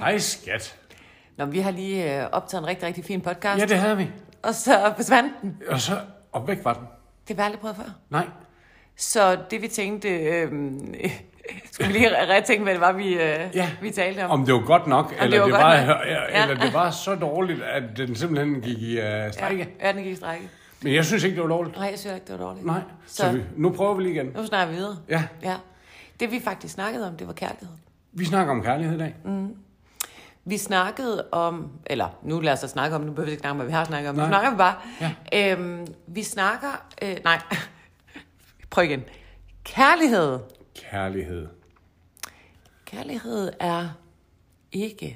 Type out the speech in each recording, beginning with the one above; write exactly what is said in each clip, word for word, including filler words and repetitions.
Hej, skat. Nå, vi har lige øh, optaget en rigtig, rigtig fin podcast. Ja, det havde vi. Og så forsvandt den. Og så, og væk var den. Det var aldrig prøvet før. Nej. Så det vi tænkte, øh, skulle vi lige retænke, hvad det var, vi, øh, ja. vi talte om. Om det var godt nok, eller, det var, det godt var, nok. Ja, eller det var så dårligt, at den simpelthen gik i uh, strække. Ja, ja, den gik i strække. Men jeg synes ikke, det var dårligt. Nej, jeg synes ikke, det var dårligt. Nej, så, så vi, nu prøver vi lige igen. Nu snakker vi videre. Ja. ja. Det vi faktisk snakkede om, det var kærlighed. Vi snakker om kærlighed i dag. Mm. Vi snakkede om, eller nu lad os da snakke om, nu behøver vi ikke snakke om, hvad vi har snakket om. Nej. Nu snakker vi bare. Ja. Øhm, vi snakker, øh, nej, prøv igen. Kærlighed. Kærlighed. Kærlighed er ikke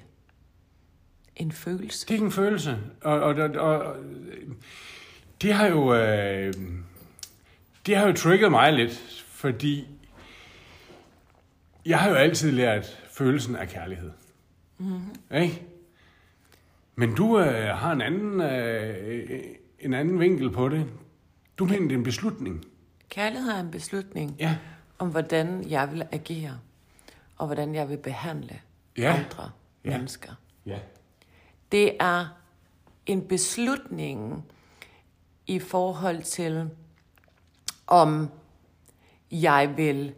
en følelse. Det er ikke en følelse. Og, og, og, og det har jo øh, det har jo trigget mig lidt, fordi jeg har jo altid lært følelsen af kærlighed. Mm-hmm. Ikke? Men du øh, har en anden øh, en anden vinkel på det. Du mener, det er en beslutning. Kærlighed er en beslutning ja. om, hvordan jeg vil agere, og hvordan jeg vil behandle ja. andre ja. mennesker. Ja. Det er en beslutning i forhold til, om jeg vil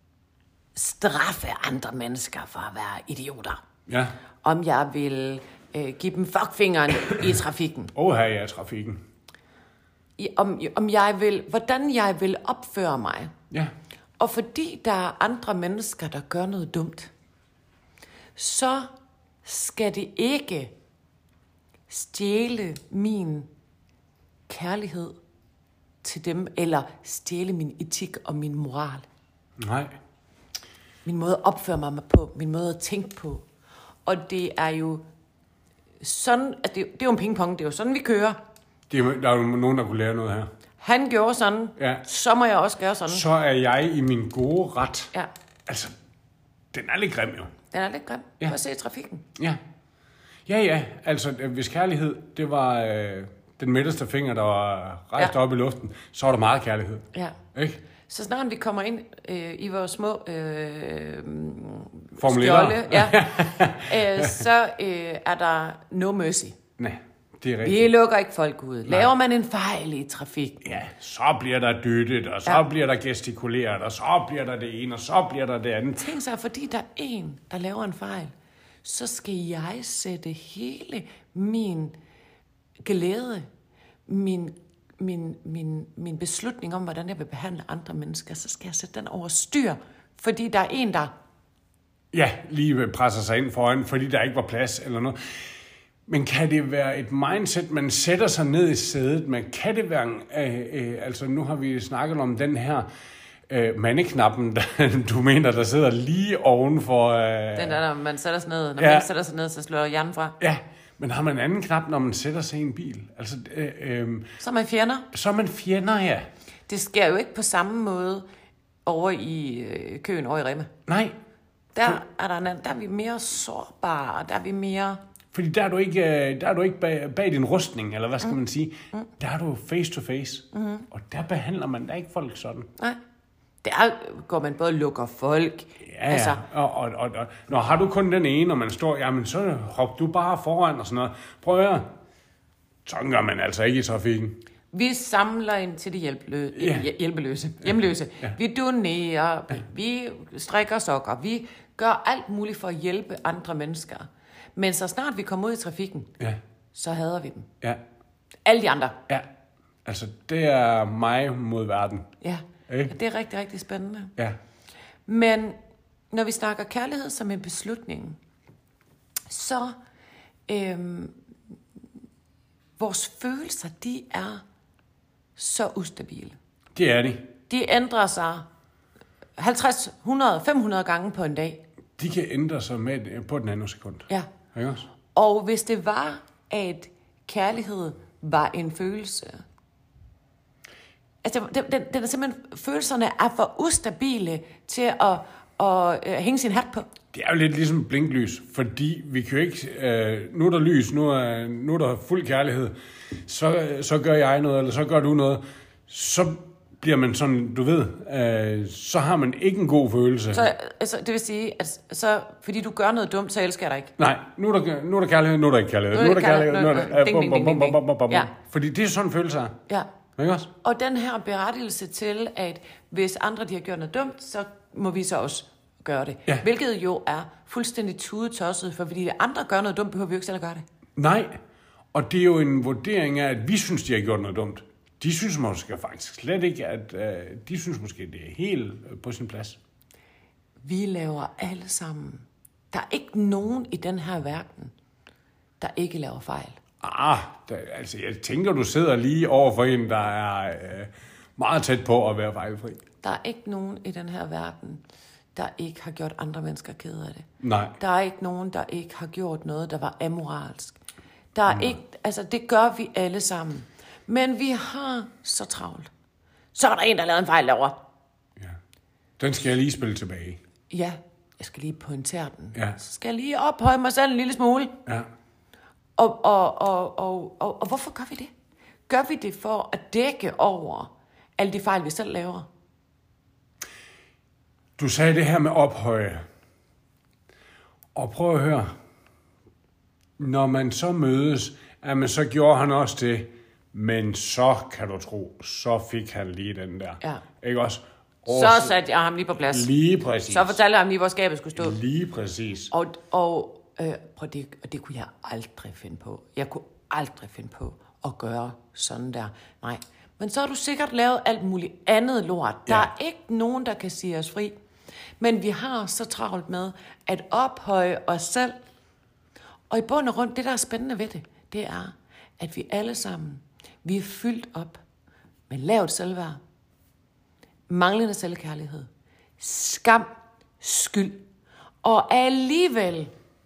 straffe andre mennesker for at være idioter. Ja. Om jeg vil øh, give dem fuckfingeren i trafikken. Åh, her er trafikken. I, om, om jeg vil, hvordan jeg vil opføre mig. Ja. Og fordi der er andre mennesker, der gør noget dumt, så skal det ikke stjæle min kærlighed til dem, eller stjæle min etik og min moral. Nej. Min måde at opføre mig på, min måde at tænke på. Og det er jo sådan, at det, det er jo en pingpong, det er jo sådan, vi kører. Det er, der er jo nogen, der kunne lære noget her. Han gjorde sådan, ja. så må jeg også gøre sådan. Så er jeg i min gode ret. Ja. Altså, den er lidt grim jo. Den er lidt grim. Ja. Prøv at se trafikken. Ja. Ja, ja. Altså, hvis kærlighed, det var øh, den midterste finger, der var rejst ja. op i luften, så var der meget kærlighed. Ja. Ikke? Så snart vi kommer ind øh, i vores små øh, skjolde, ja, øh, så øh, er der no mercy. Nej, det er rigtigt. Vi lukker ikke folk ud. Laver Nej. man en fejl i trafik? Ja, så bliver der dyttet, og så ja. bliver der gestikuleret, og så bliver der det ene, og så bliver der det andet. Tænk sig, fordi der er en, der laver en fejl, så skal jeg sætte hele min glæde, min Min, min, min beslutning om, hvordan jeg vil behandle andre mennesker, så skal jeg sætte den over styr, fordi der er en, der... Ja, lige presser sig ind foran, fordi der ikke var plads eller noget. Men kan det være et mindset, man sætter sig ned i sædet med? Kan det være... Øh, øh, altså, nu har vi snakket om den her øh, mandeknappen, der, du mener, der sidder lige oven for... Øh, den der, når man sætter sig ned. Når ja. man sætter sig ned, så slår hjernen fra. Ja. Men har man en anden knap, når man sætter sig i en bil? Altså, øh, øh, så er man fjender? Så er man fjender, ja. Det sker jo ikke på samme måde over i øh, køen over i Rema. Nej. Der for... er, der, en anden, der er vi mere sårbare, der er vi mere... Fordi der er du ikke, der er du ikke bag, bag din rustning, eller hvad skal mm. man sige. Mm. Der er du face to face, mm. og der behandler man da ikke folk sådan. Nej. Der går man både og lukker folk. Ja, altså. og, og, og, og når har du kun den ene, og man står, jamen så hop du bare foran og sådan noget. Prøv at høre. Sådan gør man altså ikke i trafikken. Vi samler ind til de hjælpeløse, ja. hjælpeløse, hjemløse. Ja. Vi donerer, ja. vi strikker sokker, vi gør alt muligt for at hjælpe andre mennesker. Men så snart vi kommer ud i trafikken, ja. så hader vi dem. Ja. Alle de andre. Ja, altså det er mig mod verden. Ja. Ja, det er rigtig, rigtig spændende. Ja. Men når vi snakker kærlighed som en beslutning, så øhm, vores følelser, de er så ustabile. Det er de. De ændrer sig halvtreds, hundrede, fem hundrede gange på en dag. De kan ændre sig med på et nanosekund. Ja. Ikke også? Og hvis det var, at kærlighed var en følelse... Altså, den, den, den er simpelthen, følelserne er for ustabile til at, at, at hænge sin hat på. Det er jo lidt ligesom blinklys, fordi vi kan jo ikke... Øh, nu er der lys, nu er, nu er der fuld kærlighed, så, så gør jeg noget, eller så gør du noget. Så bliver man sådan, du ved, øh, så har man ikke en god følelse. Så altså, det vil sige, at så, fordi du gør noget dumt, så elsker jeg dig ikke? Nej, nu er der, nu er der kærlighed, nu er der ikke kærlighed. Nu er der kærlighed, nu er der... Ding, ding, ding, ding, ding. Ja. Fordi det er sådan en følelse her. Ja. Ikke også? Og den her berettigelse til, at hvis andre de har gjort noget dumt, så må vi så også gøre det. Ja. Hvilket jo er fuldstændig tudetosset, for fordi andre gør noget dumt, behøver vi jo ikke selv at gøre det. Nej, og det er jo en vurdering af, at vi synes, de har gjort noget dumt. De synes måske faktisk slet ikke, at uh, de synes måske, det er helt på sin plads. Vi laver alle sammen. Der er ikke nogen i den her verden, der ikke laver fejl. Ah, der, altså jeg tænker, du sidder lige over for en, der er uh, meget tæt på at være fejlfri. Der er ikke nogen i den her verden, der ikke har gjort andre mennesker kede af det. Nej. Der er ikke nogen, der ikke har gjort noget, der var amoralsk. Der er ikke, altså det gør vi alle sammen. Men vi har så travlt. Så er der en, der har lavet en fejl derovre. Ja. Den skal jeg lige spille tilbage. Ja, jeg skal lige pointere den. Ja. Så skal jeg lige ophøje mig selv en lille smule. Ja. Og, og, og, og, og, og hvorfor gør vi det? Gør vi det for at dække over alle de fejl, vi selv laver? Du sagde det her med ophøje. Og prøv at høre. Når man så mødes, at man så gjorde han også det, men så kan du tro, så fik han lige den der. Ja. Ikke også? Så satte jeg ham lige på plads. Lige præcis. Så fortalte jeg ham lige, hvor skabet skulle stå. Lige præcis. Og, og, øh, prøv det, og det kunne jeg aldrig finde på. Jeg kunne aldrig finde på at gøre sådan der. Nej. Men så har du sikkert lavet alt muligt andet lort. Der Ja. er ikke nogen, der kan sige os fri. Men vi har så travlt med at ophøje os selv. Og i bund og grund, det der er spændende ved det, det er, at vi alle sammen, vi er fyldt op med lavt selvværd, manglende selvkærlighed, skam, skyld. Og alligevel,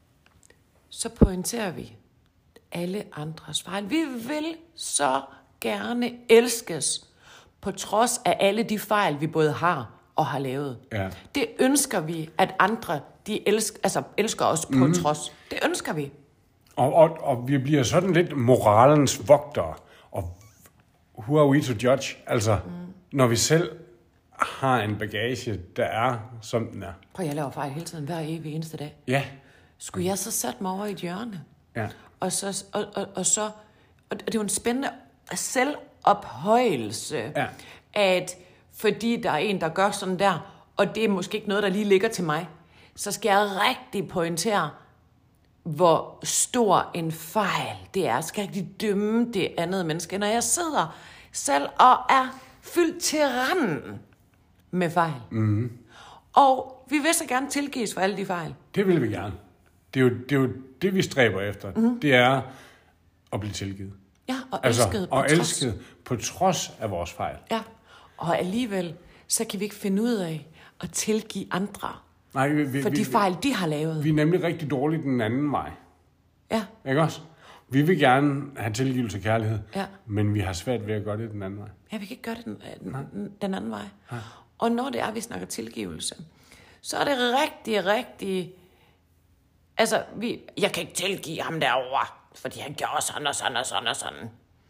så pointerer vi alle andres fejl. Vi vil så gerne elskes, på trods af alle de fejl, vi både har og har lavet. Ja. Det ønsker vi, at andre de elsker, altså elsker os på mm. trods. Det ønsker vi. Og, og, og vi bliver sådan lidt moralens vogtere. Og who are we to judge? Altså, mm. når vi selv har en bagage, der er, som den er. Prøv, jeg laver fejl hele tiden, hver evig eneste dag. Ja. Skulle jeg så sætte mig over i et hjørne? Ja. Og så, og, og, og så, og det er jo en spændende selvophøjelse, Ja. at fordi der er en, der gør sådan der, og det er måske ikke noget, der lige ligger til mig, så skal jeg rigtig pointere, hvor stor en fejl det er. Skal jeg rigtig dømme det andet menneske, når jeg sidder selv og er fyldt til randen med fejl. Mm-hmm. Og vi vil så gerne tilgives for alle de fejl. Det vil vi gerne. Det er jo det, er jo det vi stræber efter. Mm-hmm. Det er at blive tilgivet. Ja, og altså, elsket på og trods. elsket på trods af vores fejl. Ja, og alligevel, så kan vi ikke finde ud af at tilgive andre Nej, vi, vi, for de vi, fejl, de har lavet. Vi er nemlig rigtig dårlige den anden vej. Ja. Ikke også? Vi vil gerne have tilgivelse og kærlighed, Ja. men vi har svært ved at gøre det den anden vej. Ja, vi kan ikke gøre det den, den, den anden vej. Nej. Og når det er, vi snakker tilgivelse, så er det rigtig, rigtig... Altså, vi, jeg kan ikke tilgive ham derovre, fordi han gjorde sådan og sådan og sådan og sådan.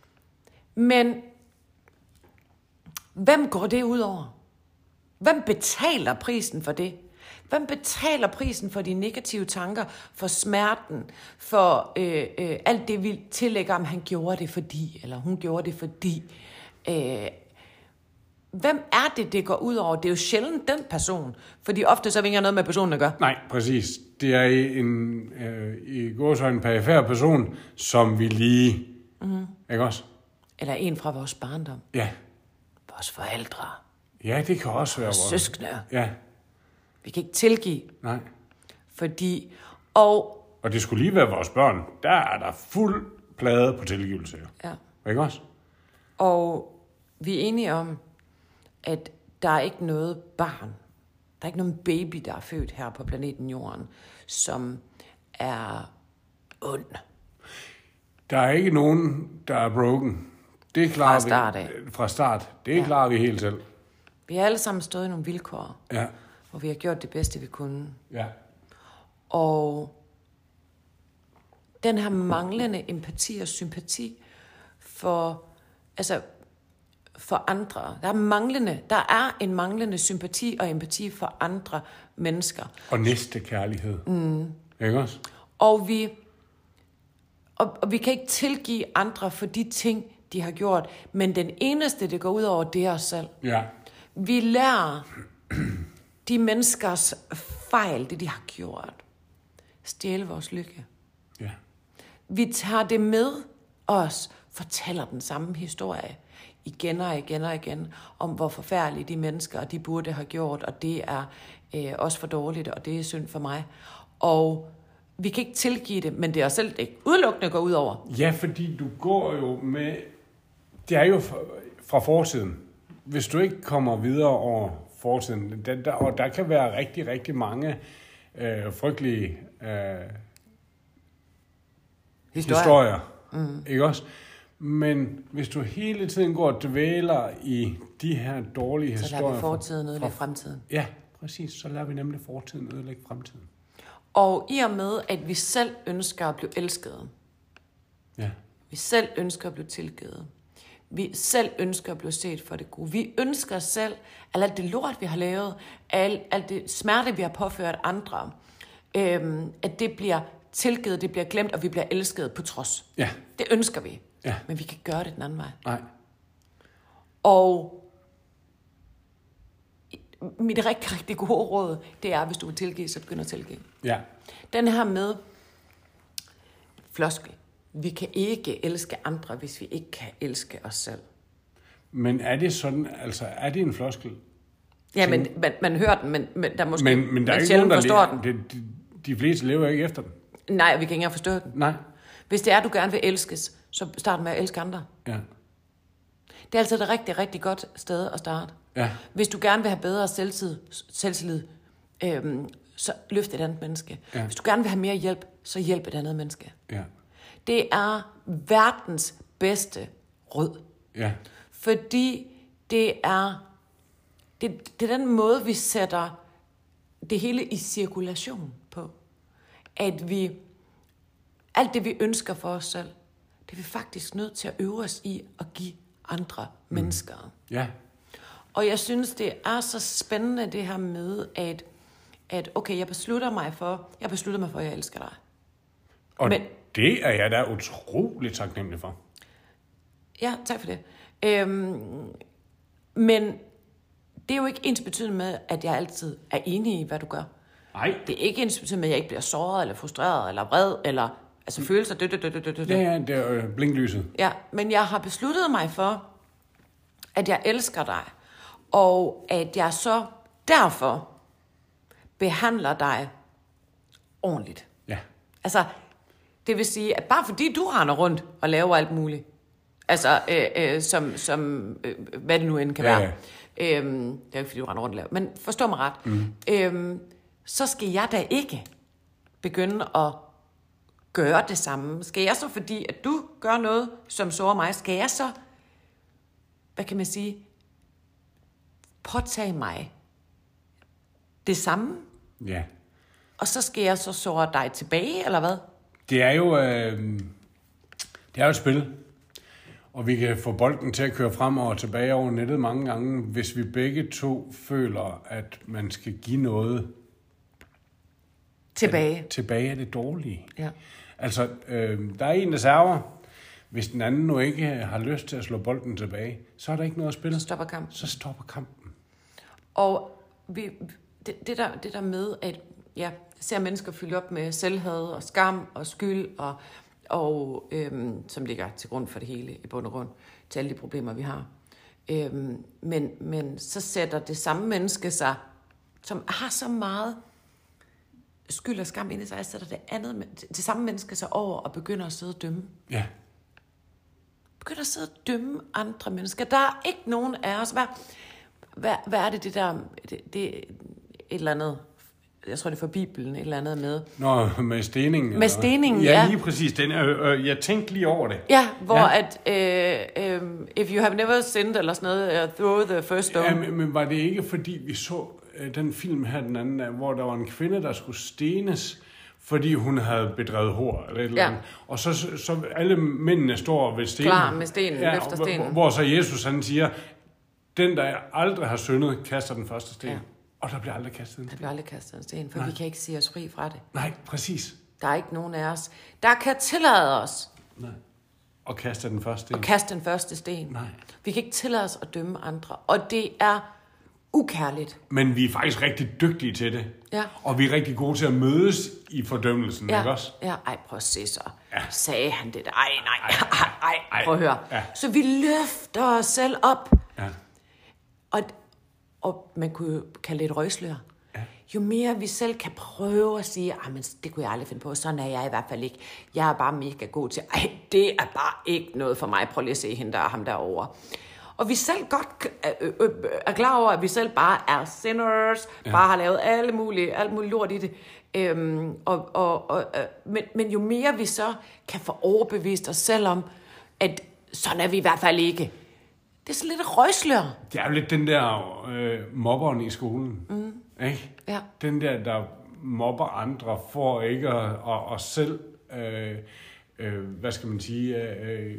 Men hvem går det ud over? Hvem betaler prisen for det? Hvem betaler prisen for de negative tanker, for smerten, for øh, øh, alt det, vi tillægger, om han gjorde det fordi, eller hun gjorde det fordi? Øh, hvem er det, det går ud over? Det er jo sjældent den person, fordi ofte så vil jeg noget med personen at gøre. Nej, præcis. Det er en øh, i gåseøjne perifær person, som vi lige... Mm. Ikke også? Eller en fra vores barndom. Ja. Vores forældre. Ja, det kan også være vores... Søskende. Ja. Vi kan ikke tilgive, Nej. fordi... Og, Og det skulle lige være vores børn. Der er der fuld plade på tilgivelse. ja. Ikke også? Og vi er enige om, at der er ikke noget barn, der er ikke nogen baby, der er født her på planeten Jorden, som er ond. Der er ikke nogen, der er broken. Det klarer Fra start af. vi fra start. Det Ja. klarer vi helt selv. Vi har alle sammen stået i nogle vilkår, Ja. hvor vi har gjort det bedste, vi kunne. Ja. Og den her manglende empati og sympati for, altså, for andre. Der er manglende, der er en manglende sympati og empati for andre mennesker. Og næste kærlighed. Mm. Ikke også? Og vi, og, og vi kan ikke tilgive andre for de ting, de har gjort, men den eneste, det går ud over, det er os selv. Ja. Vi lærer de menneskers fejl, det de har gjort, stjæle vores lykke. Ja. Vi tager det med os, fortæller den samme historie igen og igen og igen, om hvor forfærdelige de mennesker, og de burde have gjort, og det er øh, også for dårligt, og det er synd for mig. Og vi kan ikke tilgive det, men det er os selv, det ikke udelukkende går ud over. Ja, fordi du går jo med... Det er jo fra, fra fortiden. Hvis du ikke kommer videre over fortiden, der, der, og der kan være rigtig, rigtig mange øh, frygtelige øh, historier, historier mm. ikke også? Men hvis du hele tiden går og dvæler i de her dårlige så historier... Så lader vi fortiden ødelægge fremtiden. Ja, præcis. Så lader vi nemlig fortiden ødelægge fremtiden. Og i og med, at vi selv ønsker at blive elskede, ja. vi selv ønsker at blive tilgivet, vi selv ønsker at blive set for det gode, vi ønsker selv, at alt det lort, vi har lavet, alt, alt det smerte, vi har påført andre, øhm, at det bliver tilgivet, det bliver glemt, og vi bliver elsket på trods. Ja. Det ønsker vi. Ja. Men vi kan gøre det den anden vej. Nej. Og mit rigtig, rigtig gode råd, det er, hvis du vil tilgive, så begynder at tilgive. Ja. Den her med floskel. Vi kan ikke elske andre, hvis vi ikke kan elske os selv. Men er det sådan, altså er det en floskel? Ja, men man, man hører den, men, men der måske men, men der er man ikke nogen, der forstår le- den. De, de, de fleste lever ikke efter den. Nej, vi kan ikke engang forstå den. Nej. Hvis det er, du gerne vil elskes, så start med at elske andre. Ja. Det er altid et rigtig, rigtig godt sted at starte. Ja. Hvis du gerne vil have bedre selvtid, selvtillid, øhm, så løft et andet menneske. Ja. Hvis du gerne vil have mere hjælp, så hjælp et andet menneske. Ja. Det er verdens bedste råd. Ja. Fordi det er, det, det er den måde, vi sætter det hele i cirkulation på. At vi, alt det vi ønsker for os selv, det er vi faktisk nødt til at øve os i at give andre mm. mennesker. Ja. Og jeg synes, det er så spændende det her med, at, at okay, jeg beslutter mig for, jeg beslutter mig for, at jeg elsker dig. Og Men, det er jeg da utroligt taknemmelig for. Ja, tak for det. Øhm, men det er jo ikke ensbetydende med, at jeg altid er enig i, hvad du gør. Nej. Det er ikke ensbetydende med, at jeg ikke bliver såret, eller frustreret, eller vred, eller altså følelser. Dø, dø, dø, dø, dø. Ja, ja, det er øh, blinklyset. Ja, men jeg har besluttet mig for, at jeg elsker dig, og at jeg så derfor behandler dig ordentligt. Ja. Altså, det vil sige, at bare fordi du render rundt og laver alt muligt, altså, øh, øh, som, som øh, hvad det nu end kan ja, være, ja. øhm, det er jo ikke fordi, du render rundt og laver, men forstå mig ret, mm. øhm, så skal jeg da ikke begynde at gøre det samme. Skal jeg så, fordi at du gør noget, som sårer mig, skal jeg så, hvad kan man sige, påtage mig det samme? Ja. Og så skal jeg så såre dig tilbage, eller hvad? Det er jo, øh, det er jo et spil, og vi kan få bolden til at køre frem og tilbage over nettet mange gange, hvis vi begge to føler, at man skal give noget tilbage. At, tilbage er det dårlige. Ja. Altså, øh, der er en, der server. Hvis den anden nu ikke har lyst til at slå bolden tilbage, så er der ikke noget at spille. Så stopper kampen. Så stopper kampen. Og vi, det, det, der, det der med, at ja, ser mennesker fylde op med selvhad og skam og skyld, og, og øhm, som ligger til grund for det hele i bund og grund, til alle de problemer, vi har. Øhm, men, men så sætter det samme menneske sig, som har så meget skyld og skam inde i sig, sætter det andet, det samme menneske sig over og begynder at sidde og dømme. Ja. Begynder at sidde og dømme andre mennesker. Der er ikke nogen af os. Hvad, hvad, hvad er det, det der, det, det et eller andet, jeg tror det er fra Bibelen, et eller andet med. Nå, med steningen. Med steningen, ja. ja. lige præcis. Den, øh, øh, jeg tænkte lige over det. Ja, hvor ja. at, øh, øh, if you have never sinned, eller sådan noget, uh, throw the first stone. Ja, men, men var det ikke, fordi vi så øh, den film her den anden, hvor der var en kvinde, der skulle stenes, fordi hun havde bedrevet hår eller et eller andet. Ja. Og så, så alle mændene står ved stenen. Klar med stenen, ja, løfter stenen. Hvor, hvor så Jesus han siger, den der aldrig har syndet, kaster den første sten. Ja. Og der bliver aldrig kastet en sten. Der bliver aldrig kastet en sten, for Nej. vi kan ikke sige os fri fra det. Nej, præcis. Der er ikke nogen af os, der kan tillade os. Nej. Og kaste den første sten. Og kaste den første sten. Nej. Vi kan ikke tillade os at dømme andre, og det er ukærligt. Men vi er faktisk rigtig dygtige til det. Ja. Og vi er rigtig gode til at mødes i fordømmelsen, Ja, ikke også? ja, ej, prøv at se så. Ja. Sagde han det der? Ej, nej, ej, ej, ej, prøv at høre. Ja. Så vi løfter os selv op. Ja. Og, og man kunne jo kalde det et røgslør. Ja. Jo mere vi selv kan prøve at sige, men det kunne jeg aldrig finde på, sådan er jeg i hvert fald ikke. Jeg er bare mega god til, ej, det er bare ikke noget for mig. Prøv lige at se hende der og ham derovre. Og vi selv godt er klar over, at vi selv bare er sinners, ja. bare har lavet alle mulige, alt muligt lort i det. Øhm, og, og, og, men, men jo mere vi så kan få overbevist os selv om, at sådan er vi i hvert fald ikke. Det er sådan lidt et røgslør. Det er jo lidt den der øh, mobberen i skolen. Mm. Ikke? Ja. Den der, der mobber andre for ikke at, at, at selv, øh, øh, hvad skal man sige, øh,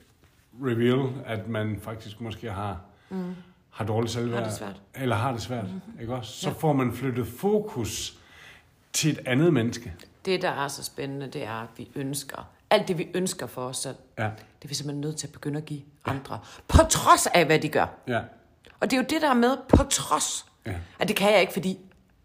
reveal, at man faktisk måske har, mm. har dårligt selvværd. Har det svært. Eller har det svært, mm. ikke også? Så ja. får man flyttet fokus til et andet menneske. Det, der er så spændende, det er, at vi ønsker, alt det, vi ønsker for os selv, ja. det er vi simpelthen nødt til at begynde at give ja. andre. På trods af, hvad de gør. Ja. Og det er jo det, der er med på trods. Ja. At det kan jeg ikke, fordi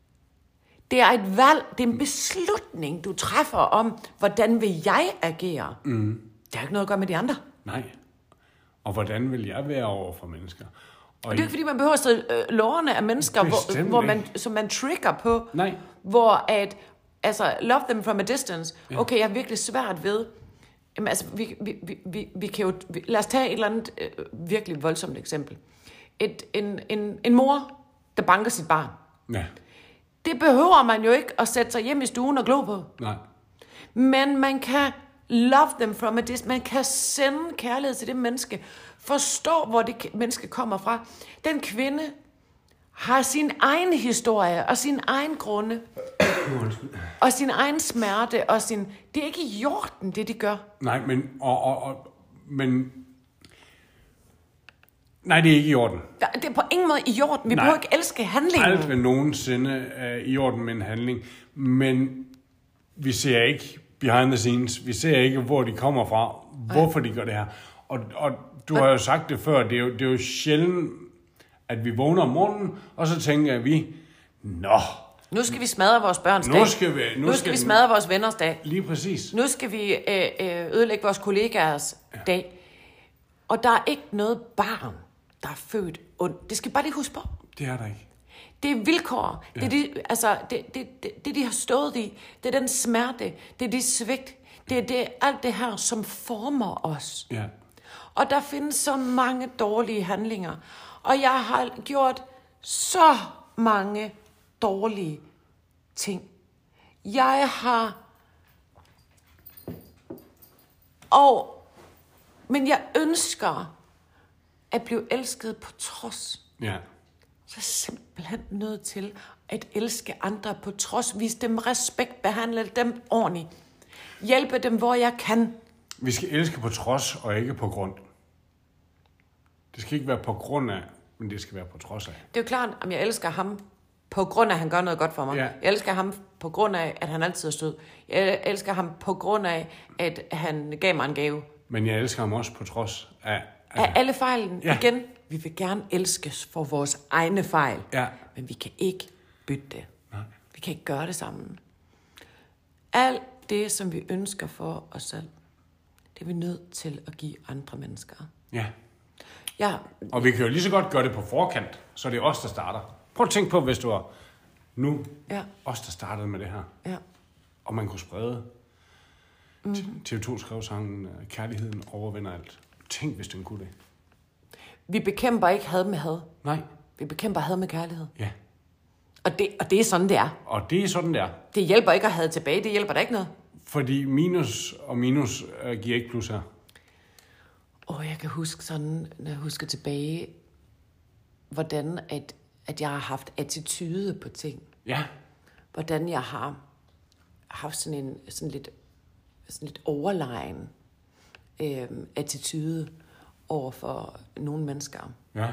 det er et valg, det er en beslutning, du træffer om, hvordan vil jeg agere. Mm. Det har ikke noget at gøre med de andre. Nej. Og hvordan vil jeg være over for mennesker? Og, og det er ikke, fordi man behøver at sidde øh, lårene af mennesker, hvor, hvor man, som man trigger på. Nej. Hvor at, altså, love them from a distance. Ja. Okay, jeg er virkelig svært ved. Jamen, altså, vi, vi, vi, vi, vi kan jo, vi, lad os tage et eller andet øh, virkelig voldsomt eksempel. Et, en, en, en mor, der banker sit barn. Ja. Det behøver man jo ikke at sætte sig hjem i stuen og glo på. Nej. Men man kan love them from a distance. Man kan sende kærlighed til det menneske. Forstå, hvor det menneske kommer fra. Den kvinde har sin egen historie og sin egen grunde. og sin egen smerte. Og sin, det er ikke i orden, det de gør. Nej, men... Og, og, og, men nej, det er ikke i orden. Det er på ingen måde i orden. Vi Nej. behøver ikke elske handlingen. Aldrig nogensinde er i orden med en handling. Men vi ser ikke behind the scenes. Vi ser ikke, hvor de kommer fra. Hvorfor de gør det her. Og, og du har jo sagt det før. Det er jo, det er jo sjældent, at vi vågner om morgenen, og så tænker vi, nå. Nu skal vi smadre vores børns nu dag. Skal vi, nu, nu skal, skal vi smadre vores venners dag. Lige præcis. Nu skal vi øh, øh, ødelægge vores kollegaers ja. dag. Og der er ikke noget barn, der er født ondt. Det skal bare lige huske på. Det er der ikke. Det er vilkår. Ja. Det, er de, altså, det, det, det, det, de har stået i. Det er den smerte. Det er de svigt. Det er det, alt det her, som former os. Ja. Og der findes så mange dårlige handlinger. Og jeg har gjort så mange dårlige ting. Jeg har... Og... Men jeg ønsker at blive elsket på trods. Ja. Så er jeg simpelthen nødt til at elske andre på trods. Vise dem respekt, behandle dem ordentligt. Hjælpe dem, hvor jeg kan. Vi skal elske på trods og ikke på grund. Det skal ikke være på grund af, men det skal være på trods af. Det er jo klart, om jeg elsker ham på grund af, at han gør noget godt for mig. Ja. Jeg elsker ham på grund af, at han altid er sød. Jeg elsker ham på grund af, at han gav mig en gave. Men jeg elsker ham også på trods af... Af alle fejlen. Ja. Igen, vi vil gerne elskes for vores egne fejl. Ja. Men vi kan ikke bytte det. Nej. Vi kan ikke gøre det sammen. Alt det, som vi ønsker for os selv, det er vi nødt til at give andre mennesker. Ja. Ja. Og vi kan jo lige så godt gøre det på forkant, så det er os, der starter. Prøv at tænke på, hvis du var nu ja. os, der startede med det her. Ja. Og man kunne sprede. Mm-hmm. T V to skrev sangen, kærligheden overvinder alt. Tænk, hvis den kunne det. Vi bekæmper ikke had med had. Nej. Vi bekæmper had med kærlighed. Ja. Og det, og det er sådan, det er. Og det er sådan, det er. Det hjælper ikke at have tilbage. Det hjælper da ikke noget. Fordi minus og minus uh, giver ikke plus her. Åh, oh, jeg kan huske sådan, når jeg husker tilbage, hvordan at, at jeg har haft attitude på ting. Ja. Hvordan jeg har haft sådan en sådan lidt, sådan lidt overlegen øh, attitude over for nogle mennesker. Ja.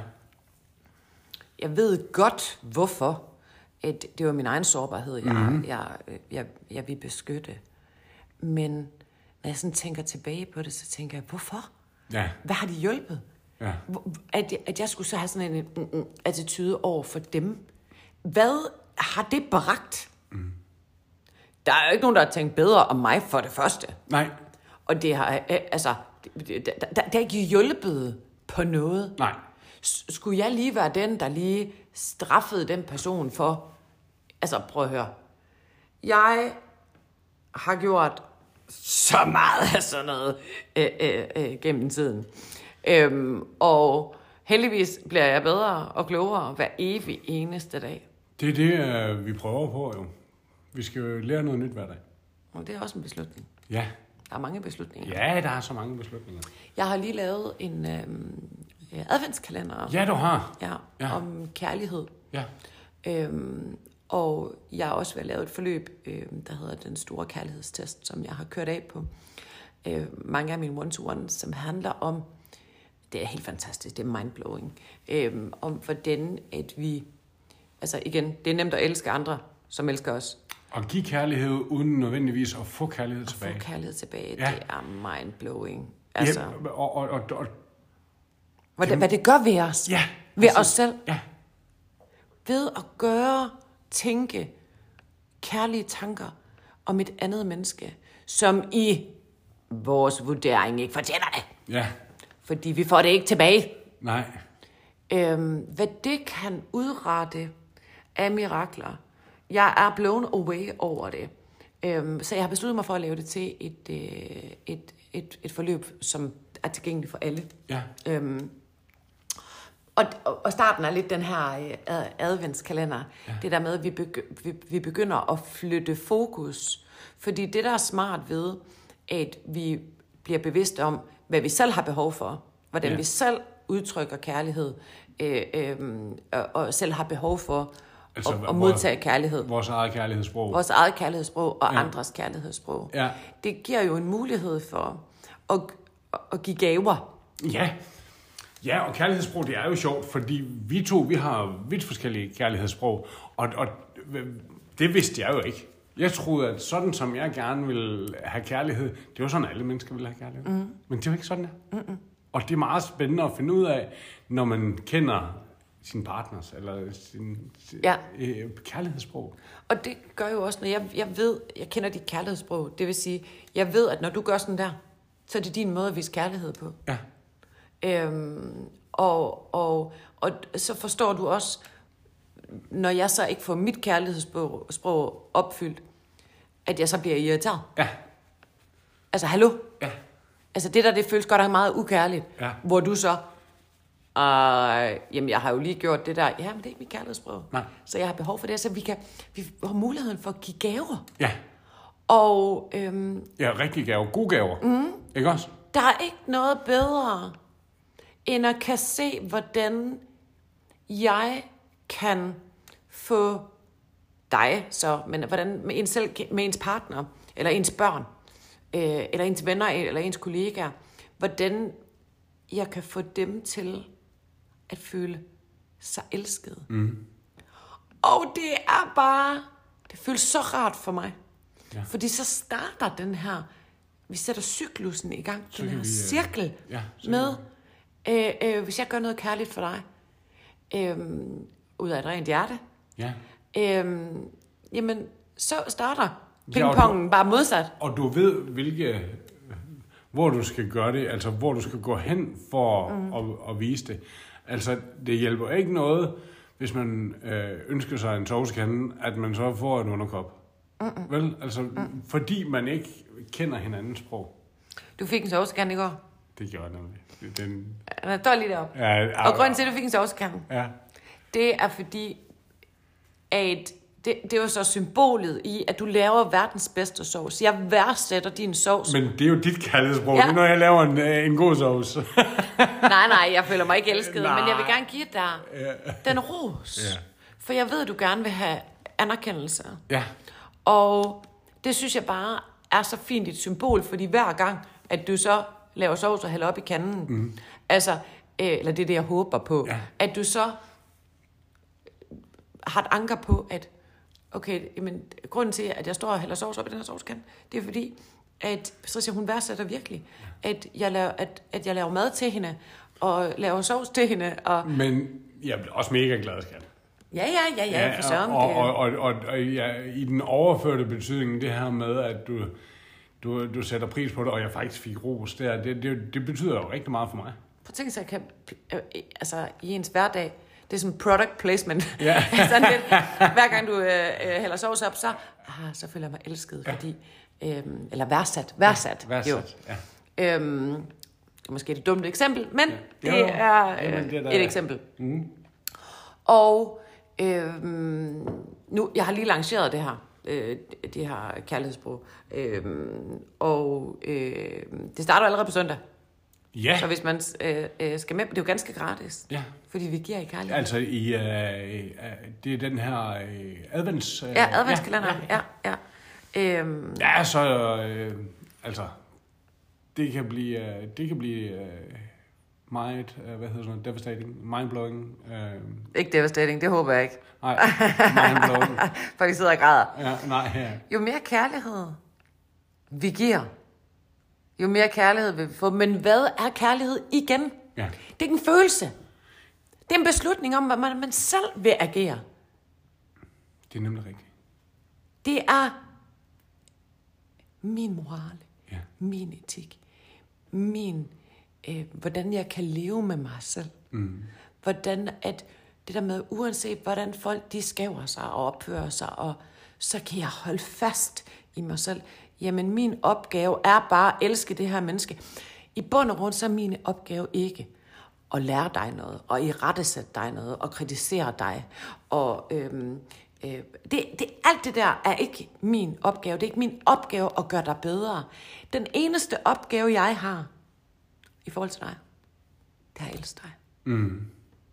Jeg ved godt, hvorfor. At det var min egen sårbarhed, jeg, mm-hmm. jeg, jeg, jeg vil beskytte. Men når jeg sådan tænker tilbage på det, så tænker jeg, hvorfor? Ja. Hvad har de hjulpet? Ja. At, at jeg skulle så have sådan en, en, en attitude over for dem. Hvad har det bragt? Mm. Der er jo ikke nogen, der har tænkt bedre om mig for det første. Nej. Og det har, altså, det, der, der, der er ikke hjulpet på noget. Nej. Skulle jeg lige være den, der lige straffede den person for... Altså, prøv at høre. Jeg har gjort så meget af sådan noget øh, øh, øh, gennem tiden. Øhm, og heldigvis bliver jeg bedre og klogere hver evig eneste dag. Det er det, uh, vi prøver på, jo. Vi skal jo lære noget nyt hver dag. Og det er også en beslutning. Ja. Der er mange beslutninger. Ja, der er så mange beslutninger. Jeg har lige lavet en øhm, adventskalender. Ja, du har. Ja, Ja. om kærlighed. Ja. Øhm, og jeg har også været lavet et forløb, øhm, der hedder Den Store Kærlighedstest, som jeg har kørt af på øh, mange af mine one-to-one, som handler om, det er helt fantastisk, det er mindblowing, øhm, om hvordan at vi, altså igen, det er nemt at elske andre, som elsker os. Og give kærlighed uden nødvendigvis at få kærlighed At tilbage. få kærlighed tilbage, Ja. det er mindblowing. Altså, Ja, og, og, og, og, hvad, det, hvad det gør ved os. ja, ved altså, os selv. Ja. Ved at gøre, tænke kærlige tanker om et andet menneske, som i vores vurdering ikke fortjener det. Ja. Fordi vi får det ikke tilbage. Nej. Øhm, hvad det kan udrette af mirakler. Jeg er blown away over det. Øhm, så jeg har besluttet mig for at lave det til et, øh, et, et, et forløb, som er tilgængeligt for alle. Ja. Øhm, og, og starten er lidt den her øh, adventskalender. Ja. Det der med, at vi, begy- vi, vi begynder at flytte fokus. Fordi det, der er smart ved, at vi bliver bevidste om, hvad vi selv har behov for. Hvordan ja. vi selv udtrykker kærlighed. Øh, øh, og, og selv har behov for altså, at, at modtage vores, kærlighed. Vores eget kærlighedssprog. Vores eget kærlighedssprog og ja. andres kærlighedssprog. Ja. Det giver jo en mulighed for at, at give gaver. Ja. Ja, og kærlighedssprog, det er jo sjovt, fordi vi to, vi har vidt forskellige kærlighedssprog, og, og det vidste jeg jo ikke. Jeg troede, at sådan som jeg gerne ville have kærlighed, det var sådan, alle mennesker ville have kærlighed. Mm. Men det er jo ikke sådan, der. Mm-mm. Og det er meget spændende at finde ud af, når man kender sin partners, eller sin, sin ja. øh, kærlighedssprog. Og det gør jo også, når jeg, jeg ved, jeg kender dit kærlighedssprog, det vil sige, jeg ved, at når du gør sådan der, så er det din måde at vise kærlighed på. Ja. Øhm, og, og, og så forstår du også, når jeg så ikke får mit kærlighedssprog sprog opfyldt, at jeg så bliver irriteret. Ja. Altså, hallo? Ja. Altså, det der, det føles godt nok meget ukærligt. Ja. Hvor du så, øh, jamen, jeg har jo lige gjort det der. Ja, men det er ikke mit kærlighedssprog. Nej. Så jeg har behov for det, så vi kan, vi har muligheden for at give gaver. Ja. Og, øhm, ja, rigtig gaver. Gode gaver. Mm. Ikke også? Der er ikke noget bedre, end at kan se, hvordan jeg kan få dig, så, men hvordan med ens, selv, med ens partner, eller ens børn, øh, eller ens venner, eller ens kollegaer, hvordan jeg kan få dem til at føle sig elskede. Mm. Og det er bare, det føles så rart for mig. Ja. Fordi så starter den her, vi sætter cyklusen i gang, så den her vi, cirkel ja, med, øh, øh, hvis jeg gør noget kærligt for dig, øh, ud af et rent hjerte, ja. øh, jamen, så starter pingpongen ja, bare modsat. Og du ved, hvilke, hvor du skal gøre det, altså hvor du skal gå hen for mm. at, at vise det. Altså, det hjælper ikke noget, hvis man øh, ønsker sig en sovsekande, at man så får en underkop. Mm-mm. Vel, altså, mm. fordi man ikke kender hinandens sprog. Du fik en sovsekande i går? Det gjorde jeg nemlig. Den... Ja, der er lige deroppe. Ja, og grunden til, at du fik en sovsekande, ja. det er fordi, at det, det er jo så symbolet i, at du laver verdens bedste sovs. Jeg værdsætter din sovs. Men det er jo dit kærlighedssprog. Ja. Det er, når jeg laver en, en god sovs. nej, nej, jeg føler mig ikke elsket. Nej. Men jeg vil gerne give dig ja. den ros. Ja. For jeg ved, at du gerne vil have anerkendelse. Ja. Og det synes jeg bare er så fint et symbol, fordi hver gang, at du så laver sovs og hælder op i kanden, mm. altså, øh, eller det er det, jeg håber på, ja. At du så har et anker på, at okay, jamen, grunden til, at jeg står og hælder sovs op i den her sovskande, det er fordi, at Patricia, hun værdsætter virkelig, at jeg, laver, at, at jeg laver mad til hende, og laver sovs til hende. Og... Men jeg bliver også mega glad, skat. Ja, ja, ja, ja, for søren. Og, og, og, og, og ja, i den overførte betydning, det her med, at du, du, du sætter pris på det, og jeg faktisk fik ros der, det, det, det betyder jo rigtig meget for mig. Prøv at tænke sig, at jeg kan, altså, i ens hverdag, det er sådan product placement. Ja. Sådan lidt, hver gang du øh, hælder sovs op, så, ah, så føler jeg mig elsket, ja. Fordi, øhm, eller værdsat, værdsat, ja, værdsat jo. Ja. Øhm, det er måske et dumt eksempel, men ja. det jo, er øh, jamen, det er der, et eksempel. Mm. Og øhm, nu, jeg har lige lanceret det her, øh, det her kærlighedssprog, øhm, og øh, det starter allerede på søndag. Ja. Så hvis man øh, øh, skal med, det er jo ganske gratis. Ja. Fordi vi giver i kærlighed. Altså, i, øh, det er den her øh, advents... Øh, ja, adventskalender. Ja, ja. ja. Øhm. ja så... Øh, altså, det kan blive... Øh, det kan blive øh, meget... Øh, hvad hedder sådan noget? Devastating. Mindblowing. Øh. Ikke devastating, det håber jeg ikke. Nej, mindblowing. For de sidder og græder. Ja, nej, ja. Jo mere kærlighed vi giver, jo mere kærlighed vil vi få. Men hvad er kærlighed igen? Ja. Det er ikke en følelse. Det er en beslutning om, hvad man, man selv vil agere. Det er nemlig rigtigt. Det er min moral, ja. min etik, min, øh, hvordan jeg kan leve med mig selv. Mm. Hvordan at det der med, uanset hvordan folk de skæver sig og opfører sig, og så kan jeg holde fast i mig selv. Jamen, min opgave er bare at elske det her menneske. I bund og grund, så er min opgave ikke at lære dig noget, og irettesætte dig noget, og kritisere dig. Og øhm, øh, det, det, alt det der er ikke min opgave. Det er ikke min opgave at gøre dig bedre. Den eneste opgave, jeg har i forhold til dig, det er at elske dig. Mm.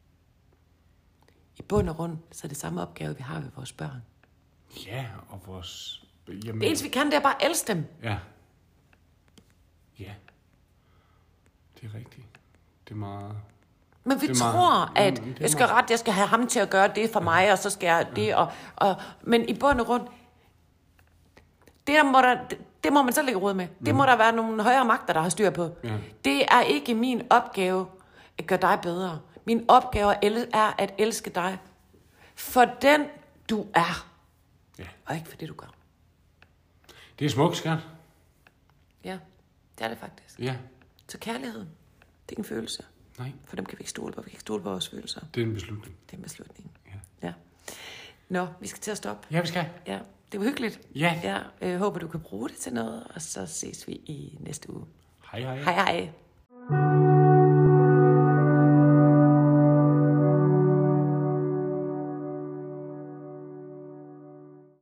I bund og grund, så er det samme opgave, vi har ved vores børn. Ja, og vores... Jamen... Det eneste, vi kan, det er bare at elske dem. Ja. Ja. Det er rigtigt. Det er meget... Men vi det tror, meget... at mm, jeg skal meget... ret, jeg skal have ham til at gøre det for mig, og så skal jeg det, og, og, men i bund og grund, det, der må, der, det, det må man selv lægge råd med. Det mm. må der være nogle højere magter, der har styr på. Ja. Det er ikke min opgave at gøre dig bedre. Min opgave er at elske dig for den, du er. Ja. Og ikke for det, du gør. Det er smukt, skat. Ja, det er det faktisk. Ja. Så kærlighed, det er ikke en følelse. Nej. For dem kan vi ikke stole på. Vi kan ikke stole på vores følelser. Det er en beslutning. Det er en beslutning. Ja. Ja. Nå, vi skal til at stoppe. Ja, vi skal. Ja, det var hyggeligt. Ja. Jeg øh, håber, du kan bruge det til noget, og så ses vi i næste uge. Hej, hej. Hej, hej.